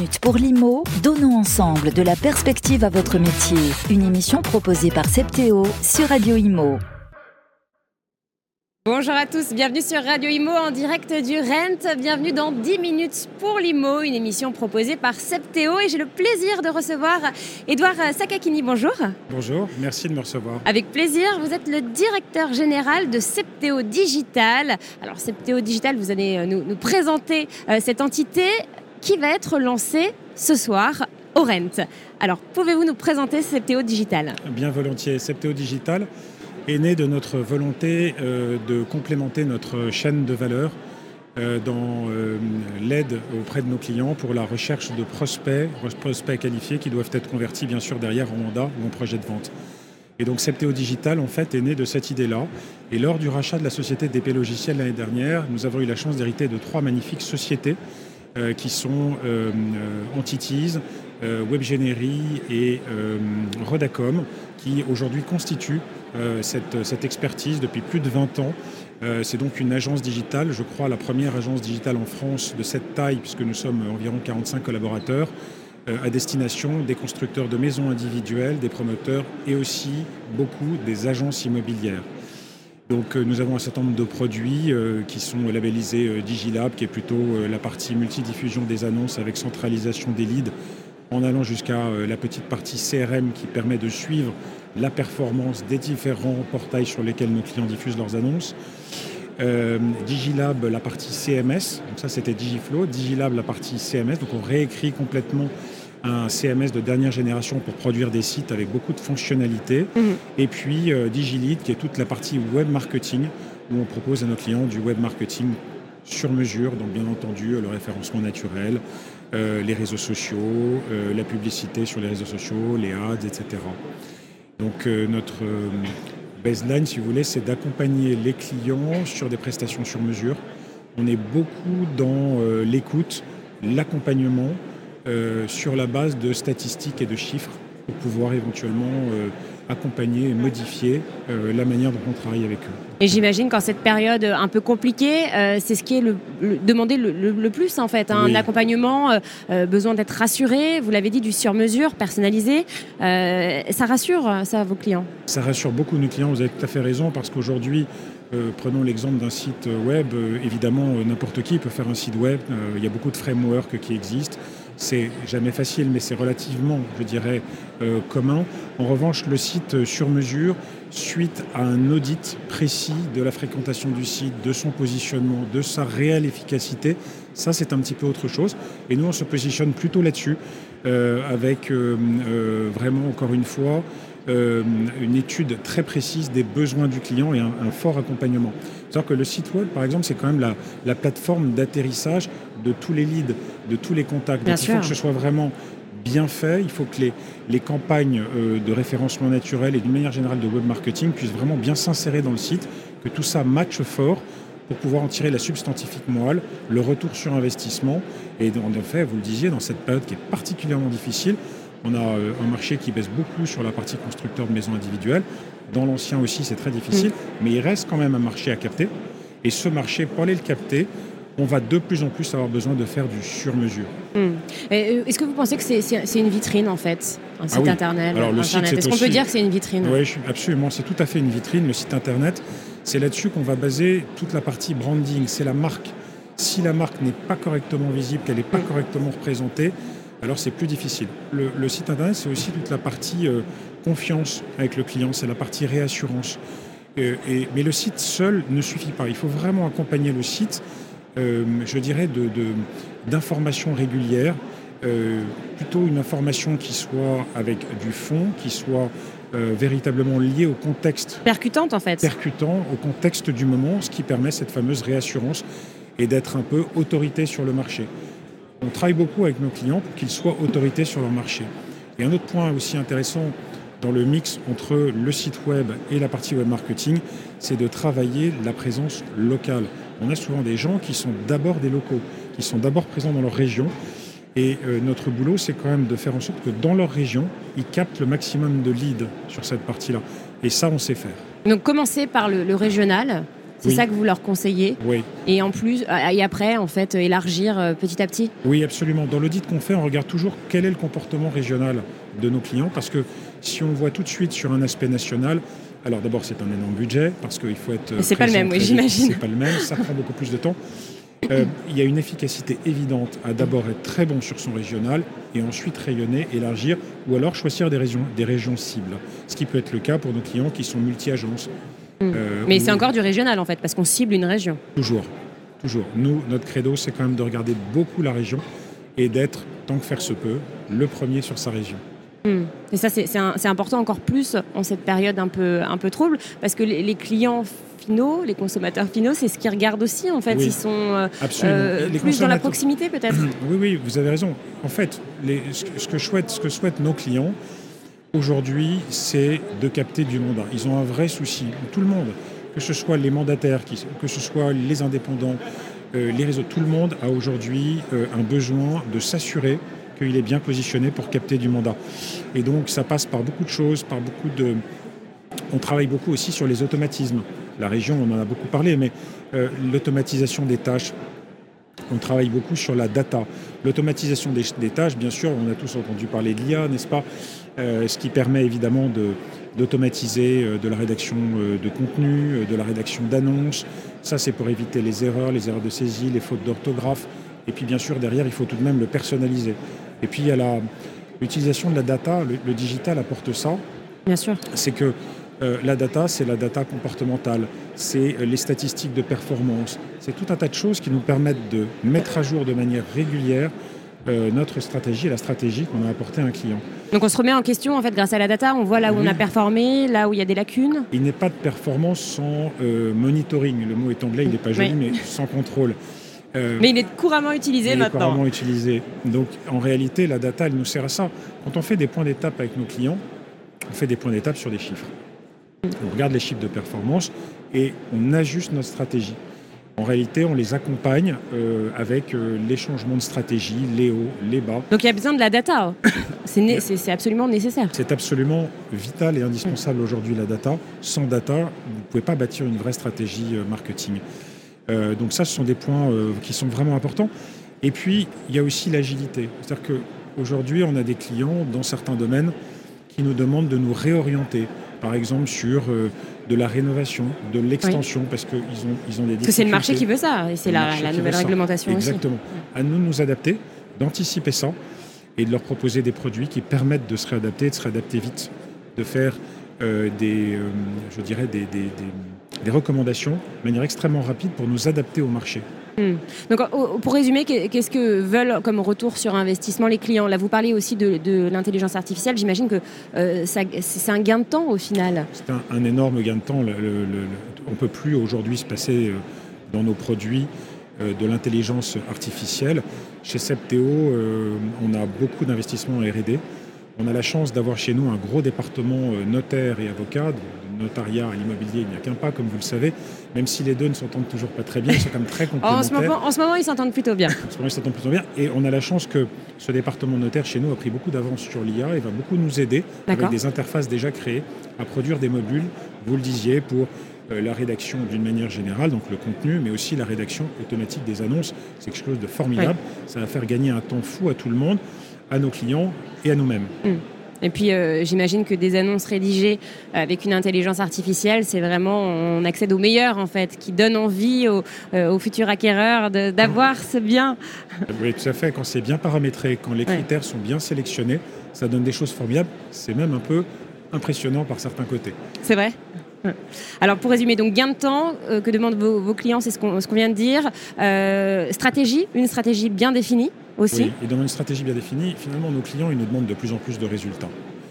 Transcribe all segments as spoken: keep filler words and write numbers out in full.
minutes pour l'I M O, donnons ensemble de la perspective à votre métier. Une émission proposée par Septéo sur Radio I M O. Bonjour à tous, bienvenue sur Radio I M O en direct du Rent. Bienvenue dans dix minutes pour l'I M O, une émission proposée par Septéo. Et j'ai le plaisir de recevoir Edouard Sakakini. Bonjour. Bonjour, merci de me recevoir. Avec plaisir, vous êtes le directeur général de Septéo Digital. Alors Septéo Digital, vous allez nous, nous présenter euh, cette entité qui va être lancée ce soir au Rent. Alors pouvez-vous nous présenter Septéo Digital ? Bien volontiers. Septéo Digital est né de notre volonté euh, de complémenter notre chaîne de valeur euh, dans euh, l'aide auprès de nos clients pour la recherche de prospects, prospects qualifiés qui doivent être convertis bien sûr derrière en mandat ou en projet de vente. Et donc Septéo Digital en fait est né de cette idée-là. Et lors du rachat de la société D P Logiciels l'année dernière, nous avons eu la chance d'hériter de trois magnifiques sociétés euh, qui sont euh, euh, Entities, euh, WebGenery et euh, Rodacom, qui aujourd'hui constituent Euh, cette, cette expertise depuis plus de vingt ans. Euh, c'est donc une agence digitale, je crois la première agence digitale en France de cette taille, puisque nous sommes environ quarante-cinq collaborateurs, euh, à destination des constructeurs de maisons individuelles, des promoteurs et aussi beaucoup des agences immobilières. Donc euh, nous avons un certain nombre de produits euh, qui sont labellisés euh, Digilab, qui est plutôt euh, la partie multidiffusion des annonces avec centralisation des leads, en allant jusqu'à euh, la petite partie C R M qui permet de suivre la performance des différents portails sur lesquels nos clients diffusent leurs annonces. Euh, Digilab, la partie C M S, donc ça c'était Digiflow. Digilab, la partie C M S, donc on réécrit complètement un C M S de dernière génération pour produire des sites avec beaucoup de fonctionnalités. Mmh. Et puis euh, Digilead, qui est toute la partie web marketing, où on propose à nos clients du web marketing sur mesure, donc bien entendu le référencement naturel, euh, les réseaux sociaux, euh, la publicité sur les réseaux sociaux, les ads, et cetera. Donc euh, notre euh, baseline, si vous voulez, c'est d'accompagner les clients sur des prestations sur mesure. On est beaucoup dans euh, l'écoute, l'accompagnement euh, sur la base de statistiques et de chiffres pour pouvoir éventuellement euh, accompagner et modifier euh, la manière dont on travaille avec eux. Et j'imagine qu'en cette période un peu compliquée, euh, c'est ce qui est le, le, demandé le, le, le plus en fait. Hein, oui. Un accompagnement, euh, besoin d'être rassuré, vous l'avez dit, du sur-mesure, personnalisé. Euh, ça rassure ça vos clients ? Ça rassure beaucoup nos clients, vous avez tout à fait raison, parce qu'aujourd'hui, euh, prenons l'exemple d'un site web, euh, évidemment euh, n'importe qui peut faire un site web, euh, il y a beaucoup de frameworks qui existent. C'est jamais facile, mais c'est relativement, je dirais, euh, commun. En revanche, le site sur mesure, suite à un audit précis de la fréquentation du site, de son positionnement, de sa réelle efficacité, ça c'est un petit peu autre chose. Et nous, on se positionne plutôt là-dessus, euh, avec euh, euh, vraiment, encore une fois, Euh, une étude très précise des besoins du client et un, un fort accompagnement. C'est-à-dire que le site web, par exemple, c'est quand même la, la plateforme d'atterrissage de tous les leads, de tous les contacts. Bien Donc sûr. Il faut que ce soit vraiment bien fait, il faut que les, les campagnes euh, de référencement naturel et d'une manière générale de web marketing puissent vraiment bien s'insérer dans le site, que tout ça matche fort pour pouvoir en tirer la substantifique moelle, le retour sur investissement. Et en effet, vous le disiez, dans cette période qui est particulièrement difficile, on a un marché qui baisse beaucoup sur la partie constructeur de maisons individuelles. Dans l'ancien aussi, c'est très difficile, mmh. mais il reste quand même un marché à capter. Et ce marché, pour aller le capter, on va de plus en plus avoir besoin de faire du sur-mesure. Mmh. Est-ce que vous pensez que c'est, c'est, c'est une vitrine, en fait, un site ah oui. internet, Alors, le internet. Site, Est-ce qu'on aussi... peut dire que c'est une vitrine ? Oui, absolument. C'est tout à fait une vitrine. Le site internet, c'est là-dessus qu'on va baser toute la partie branding. C'est la marque. Si la marque n'est pas correctement visible, qu'elle n'est pas mmh. correctement représentée, alors c'est plus difficile. Le, le site internet, c'est aussi toute la partie euh, confiance avec le client, c'est la partie réassurance. Euh, et, mais le site seul ne suffit pas. Il faut vraiment accompagner le site, euh, je dirais, de, de, d'informations régulières, euh, plutôt une information qui soit avec du fond, qui soit euh, véritablement liée au contexte. Percutante en fait. Percutant au contexte du moment, ce qui permet cette fameuse réassurance et d'être un peu autorité sur le marché. On travaille beaucoup avec nos clients pour qu'ils soient autorités sur leur marché. Et un autre point aussi intéressant dans le mix entre le site web et la partie web marketing, c'est de travailler la présence locale. On a souvent des gens qui sont d'abord des locaux, qui sont d'abord présents dans leur région. Et euh, notre boulot, c'est quand même de faire en sorte que dans leur région, ils captent le maximum de leads sur cette partie-là. Et ça, on sait faire. Donc commencer par le, le régional, C'est Oui. ça que vous leur conseillez. Oui. Et en plus, et après, en fait, élargir euh, petit à petit. Oui, absolument. Dans l'audit qu'on fait, on regarde toujours quel est le comportement régional de nos clients, parce que si on voit tout de suite sur un aspect national, alors d'abord c'est un énorme budget, parce qu'il faut être... Et c'est pas le présent même, oui, très vite. j'imagine. C'est pas le même, ça prend beaucoup plus de temps. Euh, il y a une efficacité évidente à d'abord être très bon sur son régional et ensuite rayonner, élargir ou alors choisir des régions, des régions cibles. Ce qui peut être le cas pour nos clients qui sont multi-agences. Mmh. Euh, Mais ou- c'est encore du régional en fait, parce qu'on cible une région. Toujours, toujours. Nous, notre credo, c'est quand même de regarder beaucoup la région et d'être, tant que faire se peut, le premier sur sa région. Mmh. Et ça, c'est, c'est, un- c'est important encore plus en cette période un peu, un peu trouble, parce que les, les clients finaux, les consommateurs finaux, c'est ce qu'ils regardent aussi en fait. Oui. Ils sont euh, Absolument. euh, Les plus dans la consommateurs- proximité peut-être. Oui, oui, vous avez raison. En fait, les- ce, que- ce que souhaitent, ce que souhaitent nos clients aujourd'hui, c'est de capter du mandat. Ils ont un vrai souci, tout le monde, que ce soit les mandataires, qui- que ce soit les indépendants, euh, les réseaux, tout le monde a aujourd'hui euh, un besoin de s'assurer qu'il est bien positionné pour capter du mandat. Et donc, ça passe par beaucoup de choses, par beaucoup de... On travaille beaucoup aussi sur les automatismes. La région, on en a beaucoup parlé, mais euh, l'automatisation des tâches, on travaille beaucoup sur la data. L'automatisation des, des tâches, bien sûr, on a tous entendu parler de l'I A, n'est-ce pas ? Euh, ce qui permet évidemment de, d'automatiser euh, de la rédaction euh, de contenu, euh, de la rédaction d'annonces. Ça, c'est pour éviter les erreurs, les erreurs de saisie, les fautes d'orthographe. Et puis, bien sûr, derrière, il faut tout de même le personnaliser. Et puis, il y a la, l'utilisation de la data. Le, le digital apporte ça. Bien sûr. C'est que euh, la data, c'est la data comportementale, c'est euh, les statistiques de performance, c'est tout un tas de choses qui nous permettent de mettre à jour de manière régulière euh, notre stratégie et la stratégie qu'on a apportée à un client. Donc on se remet en question en fait grâce à la data, on voit là où Oui. on a performé, là où il y a des lacunes. Il n'est pas de performance sans euh, monitoring. Le mot est anglais, il n'est pas joli, Oui. mais sans contrôle. Euh, Mais il est couramment utilisé il est maintenant. couramment utilisé. Donc en réalité, la data, elle nous sert à ça. Quand on fait des points d'étape avec nos clients, on fait des points d'étape sur des chiffres. On regarde les chiffres de performance et on ajuste notre stratégie. En réalité, on les accompagne euh, avec euh, les changements de stratégie, les hauts, les bas. Donc il y a besoin de la data. hein. C'est, né- c'est, c'est absolument nécessaire. C'est absolument vital et indispensable aujourd'hui la data. Sans data, vous ne pouvez pas bâtir une vraie stratégie euh, marketing. Euh, donc ça, ce sont des points euh, qui sont vraiment importants. Et puis, il y a aussi l'agilité. C'est-à-dire qu'aujourd'hui, on a des clients dans certains domaines qui nous demandent de nous réorienter. Par exemple, sur euh, de la rénovation, de l'extension, parce qu'ils ont, ils ont des difficultés. Parce que c'est le marché qui veut ça, et c'est Le la, marché la qui nouvelle veut ça. réglementation Exactement. À nous de nous adapter, d'anticiper ça et de leur proposer des produits qui permettent de se réadapter, de se réadapter vite, de faire euh, des, euh, je dirais des, des, des, des recommandations de manière extrêmement rapide pour nous adapter au marché. aussi. Hmm. Donc au- pour résumer, qu'est- qu'est-ce que veulent comme retour sur investissement les clients ? Là, vous parlez aussi de, de l'intelligence artificielle. J'imagine que euh, ça- c'est un gain de temps au final. C'est un, un énorme gain de temps. Le- le- le- le- on ne peut plus aujourd'hui se passer euh, dans nos produits euh, de l'intelligence artificielle. Chez Septéo, euh, on a beaucoup d'investissements en R et D. On a la chance d'avoir chez nous un gros département euh, notaire et avocat. De notariat à l'immobilier, il n'y a qu'un pas, comme vous le savez. Même si les deux ne s'entendent toujours pas très bien, ils sont quand même très Oh, complémentaires. en, ce moment, en ce moment, ils s'entendent plutôt bien. En ce moment, ils s'entendent plutôt bien. Et on a la chance que ce département notaire chez nous a pris beaucoup d'avance sur l'I A et va beaucoup nous aider D'accord. avec des interfaces déjà créées à produire des modules, vous le disiez, pour euh, la rédaction d'une manière générale, donc le contenu, mais aussi la rédaction automatique des annonces. C'est quelque chose de formidable. Ça va faire gagner un temps fou à tout le monde, à nos clients et à nous-mêmes. Hmm. Et puis, euh, j'imagine que des annonces rédigées avec une intelligence artificielle, c'est vraiment, on accède au meilleur, en fait, qui donne envie aux, euh, aux futurs acquéreurs de- d'avoir ce bien. Oui, tout à fait. Quand c'est bien paramétré, quand les Ouais. critères sont bien sélectionnés, ça donne des choses formidables. C'est même un peu impressionnant par certains côtés. C'est vrai ? Ouais. Alors, pour résumer, donc gain de temps euh, que demandent vos, vos clients, c'est ce qu'on ce qu'on vient de dire. Euh, stratégie, une stratégie bien définie aussi. Oui, et dans une stratégie bien définie, finalement, nos clients, ils nous demandent de plus en plus de résultats.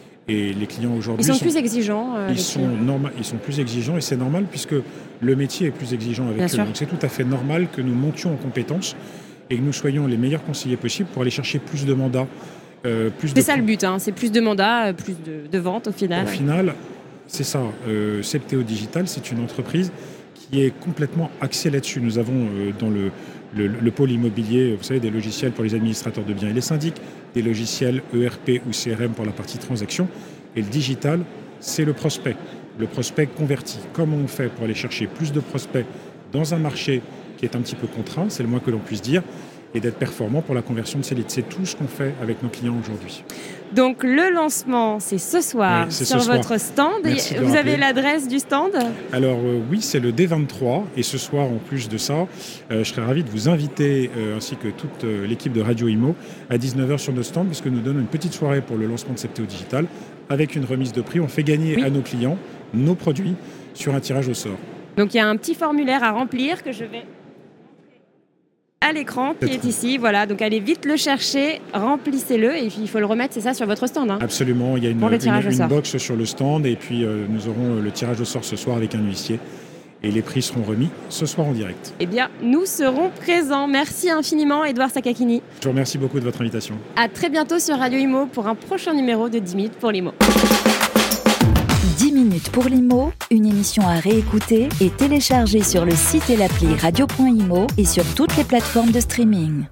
Et les clients aujourd'hui Ils sont plus exigeants. euh, ils les sont, clients. norma- ils sont plus exigeants et c'est normal puisque le métier est plus exigeant avec Bien eux. sûr. Donc c'est tout à fait normal que nous montions en compétences et que nous soyons les meilleurs conseillers possibles pour aller chercher plus de mandats, euh, plus de C'est ça le but, hein, c'est plus de mandats, euh, plus de, de ventes au final. Au final, c'est ça. Euh, Septéo Digital, c'est une entreprise qui est complètement axée là-dessus. Nous avons euh, dans le, le, le pôle immobilier, vous savez, des logiciels pour les administrateurs de biens et les syndics, des logiciels E R P ou C R M pour la partie transaction. Et le digital, c'est le prospect. le prospect converti. Comment on fait pour aller chercher plus de prospects dans un marché qui est un petit peu contraint, c'est le moins que l'on puisse dire, et d'être performant pour la conversion de ces leads. C'est tout ce qu'on fait avec nos clients aujourd'hui. Donc le lancement, c'est ce soir oui, c'est sur ce soir. votre stand. Merci Vous avez l'adresse du stand ? Alors euh, oui, c'est le D vingt-trois. Et ce soir, en plus de ça, euh, je serais ravi de vous inviter, euh, ainsi que toute euh, l'équipe de Radio Imo, à dix-neuf heures sur notre stand, puisque nous donnons une petite soirée pour le lancement de Septéo Digital, avec une remise de prix. On fait gagner oui. à nos clients nos produits sur un tirage au sort. Donc il y a un petit formulaire à remplir que je vais... à l'écran qui est ici, voilà, donc allez vite le chercher, remplissez-le et puis il faut le remettre, c'est ça, sur votre stand hein. Absolument, il y a une, une, une box sur le stand et puis euh, nous aurons le tirage au sort ce soir avec un huissier et les prix seront remis ce soir en direct. Eh bien, nous serons présents. Merci infiniment, Edouard Sakakeeny. Je vous remercie beaucoup de votre invitation. À très bientôt sur Radio Imo pour un prochain numéro de dix minutes pour l'Imo. dix minutes pour l'Imo, une émission à réécouter et télécharger sur le site et l'appli radio point imo et sur toutes les plateformes de streaming.